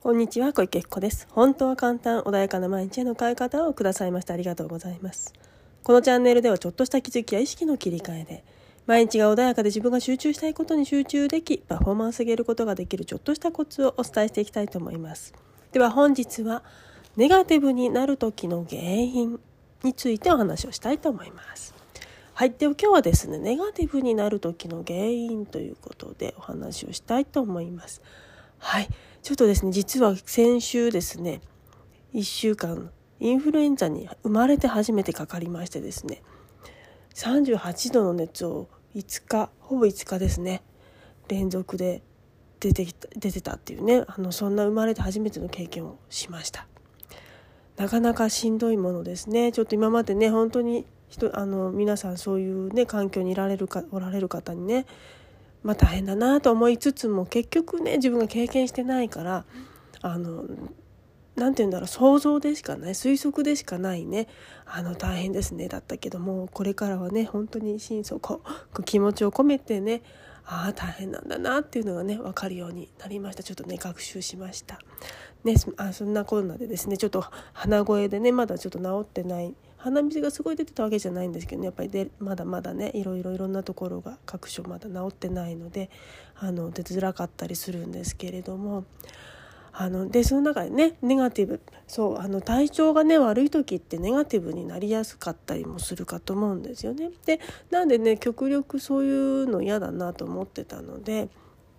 こんにちは、小池子です。本当は簡単、穏やかな毎日への変え方をくださいましてありがとうございます。このチャンネルではちょっとした気づきや意識の切り替えで、毎日が穏やかで自分が集中したいことに集中でき、パフォーマンス上げることができるちょっとしたコツをお伝えしていきたいと思います。では本日は、ネガティブになる時の原因についてお話をしたいと思います。はい、では今日はですね、ネガティブになる時の原因ということでお話をしたいと思います。はい、ちょっとですね、実は先週ですね、1週間インフルエンザに生まれて初めてかかりましてですね、38度の熱をほぼ5日ですね、連続で出てたっていうね、そんな生まれて初めての経験をしました。なかなかしんどいものですね。ちょっと今までね、本当に皆さんそういうね環境におられる方にね、大変だなと思いつつも、結局ね自分が経験してないから、なんていうんだろう、想像でしかない、推測でしかないね、大変ですねだったけども、これからはね本当に心底気持ちを込めてね、大変なんだなっていうのがね分かるようになりました。ちょっとね学習しましたね。そんなこんなでですね、ちょっと鼻声でね、まだちょっと治ってない、鼻水がすごい出てたわけじゃないんですけどね、やっぱりまだまだねいろんなところが各所まだ治ってないので、出づらかったりするんですけれども、でその中でねネガティブ、体調がね悪い時ってネガティブになりやすかったりもするかと思うんですよね。でなんでね、極力そういうの嫌だなと思ってたので、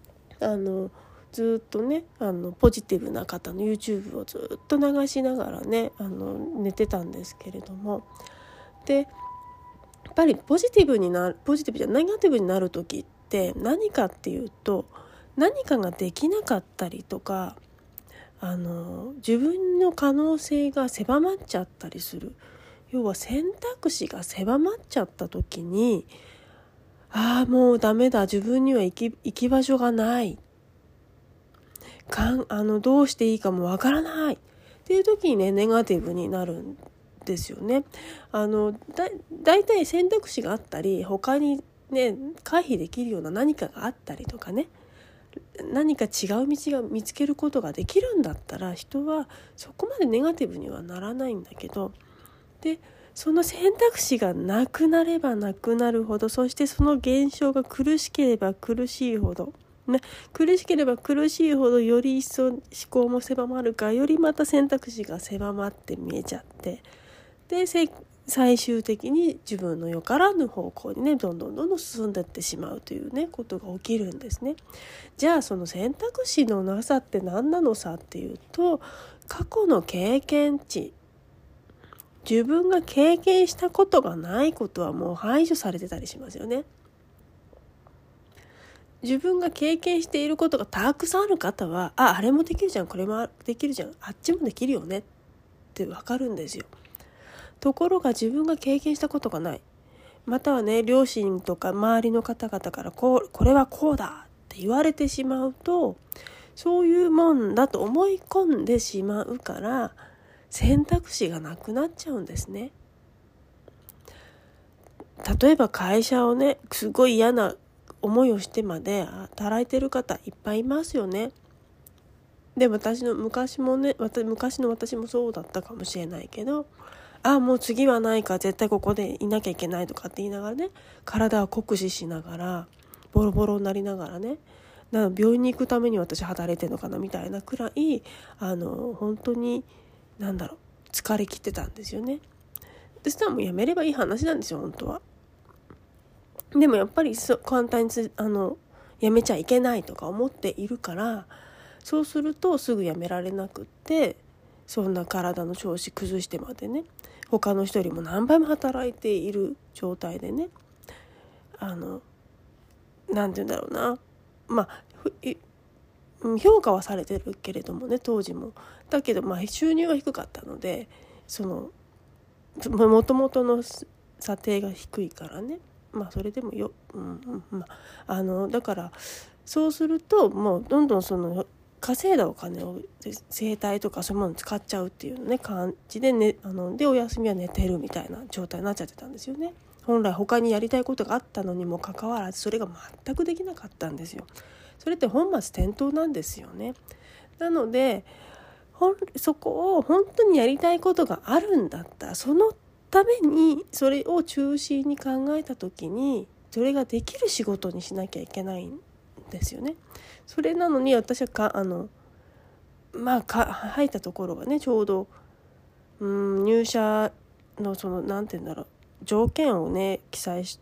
ずっとねポジティブな方の YouTube をずっと流しながらね寝てたんですけれども、でやっぱりネガティブになる時って何かっていうと、何かができなかったりとか、自分の可能性が狭まっちゃったりする。要は選択肢が狭まっちゃった時に、もうダメだ、自分には行き場所がない、どうしていいかもわからないっていう時にねネガティブになるんですよね。だいたい選択肢があったり、他にね回避できるような何かがあったりとかね、何か違う道が見つけることができるんだったら、人はそこまでネガティブにはならないんだけど、でその選択肢がなくなればなくなるほど、そしてその現象が苦しければ苦しいほどね、苦しければ苦しいほどより一層思考も狭まるから、よりまた選択肢が狭まって見えちゃって、で最終的に自分のよからぬ方向にねどんどん進んでいってしまうというねことが起きるんですね。じゃあその選択肢のなさって何なのさっていうと、過去の経験値、自分が経験したことがないことはもう排除されてたりしますよね。自分が経験していることがたくさんある方は、あれもできるじゃん、これもできるじゃん、あっちもできるよねって分かるんですよ。ところが自分が経験したことがない、またはね両親とか周りの方々からこれはこうだって言われてしまうと、そういうもんだと思い込んでしまうから、選択肢がなくなっちゃうんですね。例えば会社をねすごい嫌な思いをしてまで働いてる方いっぱいいますよね。で昔の私もそうだったかもしれないけど、もう次はないから絶対ここでいなきゃいけないとかって言いながらね、体は酷使しながらボロボロになりながらね、病院に行くために私働いてるのかなみたいなくらい本当に疲れ切ってたんですよね。でしたらもうやめればいい話なんですよ本当は。でもやっぱり簡単にやめちゃいけないとか思っているから、そうするとすぐやめられなくって、そんな体の調子崩してまでね、他の人よりも何倍も働いている状態でね、なんて言うんだろうな、評価はされてるけれどもね当時も、だけど収入が低かったので、もともとの査定が低いからね、それでもだからそうするともうどんどん稼いだお金を整体とかそういうものに使っちゃうっていうね感じで、でお休みは寝てるみたいな状態になっちゃってたんですよね。本来他にやりたいことがあったのにもかかわらず、それが全くできなかったんですよ。それって本末転倒なんですよね。 なのでそこを本当にやりたいことがあるんだったら、そのためにそれを中心に考えた時にそれができる仕事にしなきゃいけないんですよね。それなのに私は入ったところがね、ちょうど入社のなんて言うんだろう、条件をね記載して、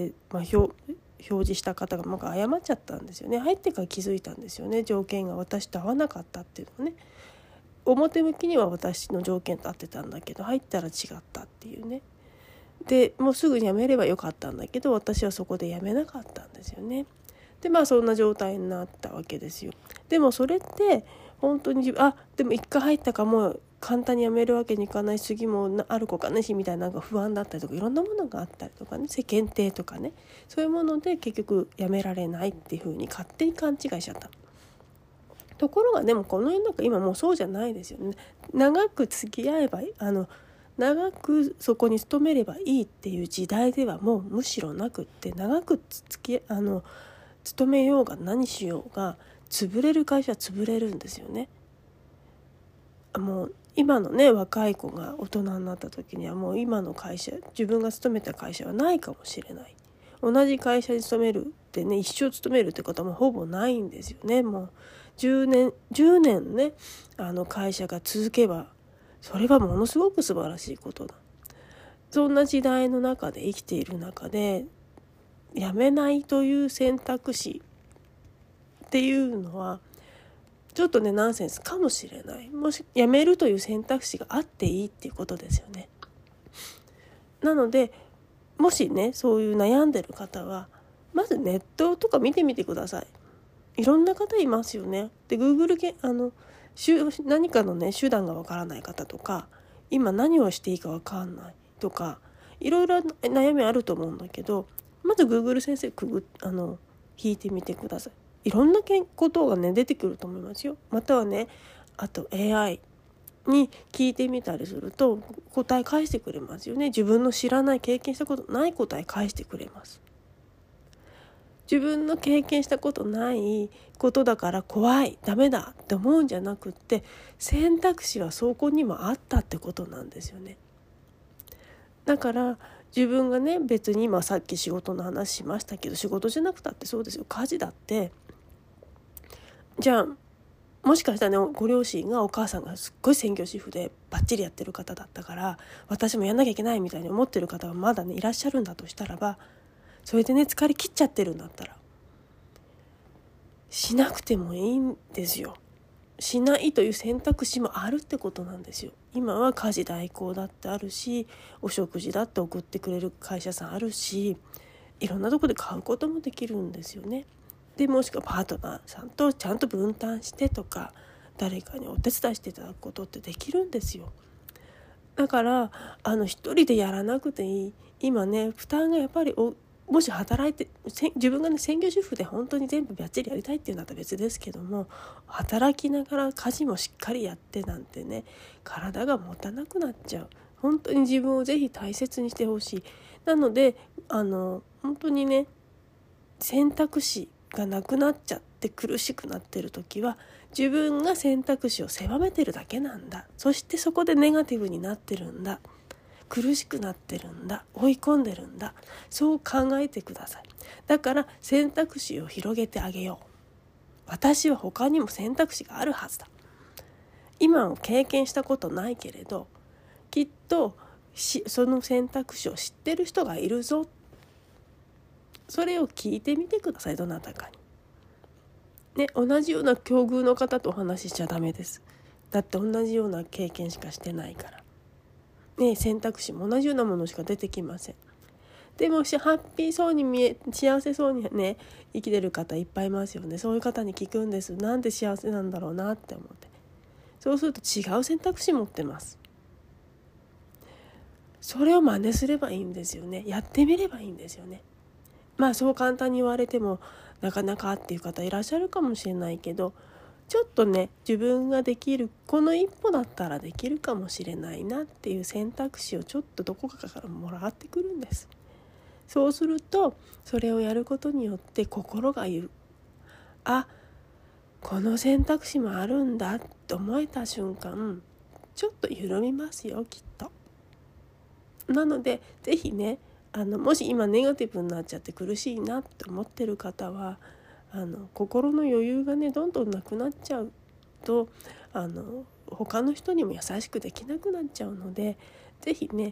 表示した方が誤っちゃったんですよね。入ってから気づいたんですよね。条件が私と合わなかったっていうのね。表向きには私の条件と合ってたんだけど、入ったら違ったっていうね。でもうすぐに辞めればよかったんだけど、私はそこで辞めなかったんですよね。でそんな状態になったわけですよ。でもそれって本当にでも一回入ったかもう簡単に辞めるわけにいかないし、次もある子かなしみたいな不安だったりとか、いろんなものがあったりとかね、世間体とかね、そういうもので結局辞められないっていう風に勝手に勘違いしちゃった。ところがでもこの世の中今もうそうじゃないですよね。長く付き合えば長くそこに勤めればいいっていう時代ではもうむしろなくって、長く勤めようが何しようが潰れる会社は潰れるんですよね。もう今のね若い子が大人になった時にはもう今の会社、自分が勤めた会社はないかもしれない。同じ会社に勤めるってね、一生勤めるってことはもうほぼないんですよね。もう10年ね会社が続けばそれはものすごく素晴らしいことだ。そんな時代の中で生きている中で辞めないという選択肢っていうのはちょっとねナンセンスかもしれない。もし辞めるという選択肢があっていいっていうことですよね。なのでもしねそういう悩んでる方はまずネットとか見てみてください。いろんな方いますよね。で Google 何かのね手段がわからない方とか、今何をしていいかわかんないとか、いろいろ悩みあると思うんだけど、まず Google 先生引いてみてください。いろんなことがね出てくると思いますよ。またはねあと AI に聞いてみたりすると答え返してくれますよね。自分の知らない経験したことない答え返してくれます。自分の経験したことないことだから怖いダメだって思うんじゃなくって、選択肢はそこにもあったってことなんですよね。だから自分がね別に今さっき仕事の話しましたけど、仕事じゃなくたってそうですよ。家事だってじゃあもしかしたらねご両親がお母さんがすっごい専業主婦でバッチリやってる方だったから私もやんなきゃいけないみたいに思ってる方がまだねいらっしゃるんだとしたらば、それでね疲れ切っちゃってるんだったらしなくてもいいんですよ。しないという選択肢もあるってことなんですよ。今は家事代行だってあるし、お食事だって送ってくれる会社さんあるし、いろんなとこで買うこともできるんですよね。でもしくはパートナーさんとちゃんと分担してとか、誰かにお手伝いしていただくことってできるんですよ。だから一人でやらなくていい。今ね負担がやっぱりもし働いて自分がね専業主婦で本当に全部バッチリやりたいっていうんだったら別ですけども、働きながら家事もしっかりやってなんてね体が持たなくなっちゃう。本当に自分をぜひ大切にしてほしい。なので本当にね選択肢がなくなっちゃって苦しくなってる時は自分が選択肢を狭めてるだけなんだ。そしてそこでネガティブになってるんだ、苦しくなってるんだ、追い込んでるんだ、そう考えてください。だから選択肢を広げてあげよう。私は他にも選択肢があるはずだ。今を経験したことないけれどきっとその選択肢を知ってる人がいるぞ。それを聞いてみてください。どなたかにね、同じような境遇の方とお話ししちゃダメです。だって同じような経験しかしてないからね。選択肢も同じようなものしか出てきません。でもハッピーそうに幸せそうにね生きてる方いっぱいいますよね。そういう方に聞くんです。なんで幸せなんだろうなって思って、そうすると違う選択肢持ってます。それを真似すればいいんですよね。やってみればいいんですよね。そう簡単に言われてもなかなかっていう方いらっしゃるかもしれないけど、ちょっとね自分ができるこの一歩だったらできるかもしれないなっていう選択肢をちょっとどこかからもらってくるんです。そうするとそれをやることによって心が言う、 この選択肢もあるんだと思えた瞬間、ちょっと緩みますよ、きっと。なのでぜひね、もし今ネガティブになっちゃって苦しいなって思ってる方は、心の余裕がねどんどんなくなっちゃうと、他の人にも優しくできなくなっちゃうので、ぜひね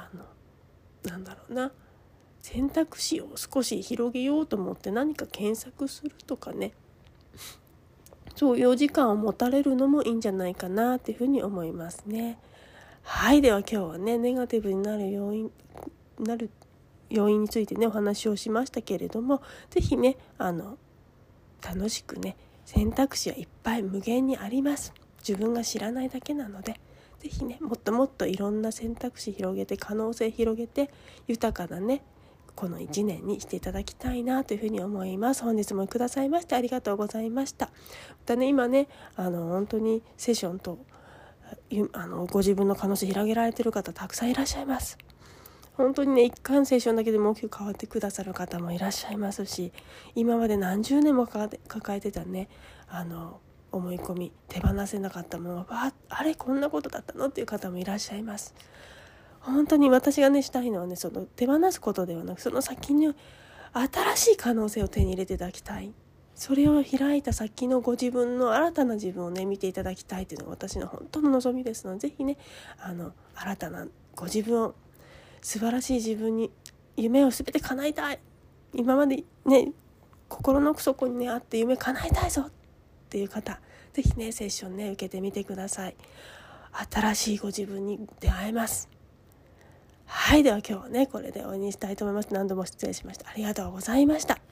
選択肢を少し広げようと思って何か検索するとかね、そういうお時間を持たれるのもいいんじゃないかなっていうふうに思いますね。はい、では今日はねネガティブになる要因についてねお話をしましたけれども、ぜひね楽しくね、選択肢はいっぱい無限にあります。自分が知らないだけなので、ぜひねもっともっといろんな選択肢広げて、可能性広げて、豊かなねこの1年にしていただきたいなというふうに思います。本日もくださいましてありがとうございました。またね今ね本当にセッションとご自分の可能性広げられている方たくさんいらっしゃいます。本当にね一回のセッションだけでも大きく変わってくださる方もいらっしゃいますし、今まで何十年も抱えてたね思い込み、手放せなかったものがあれこんなことだったのっていう方もいらっしゃいます。本当に私がねしたいのはね、その手放すことではなく、その先に新しい可能性を手に入れていただきたい。それを開いた先のご自分の新たな自分をね見ていただきたいというのが私の本当の望みですので、ぜひね新たなご自分を、素晴らしい自分に夢を全て叶えたい、今までね心の奥底にねあって夢叶えたいぞっていう方、ぜひねセッションね受けてみてください。新しいご自分に出会えます。はい、では今日はねこれで終わりにしたいと思います。何度も失礼しました。ありがとうございました。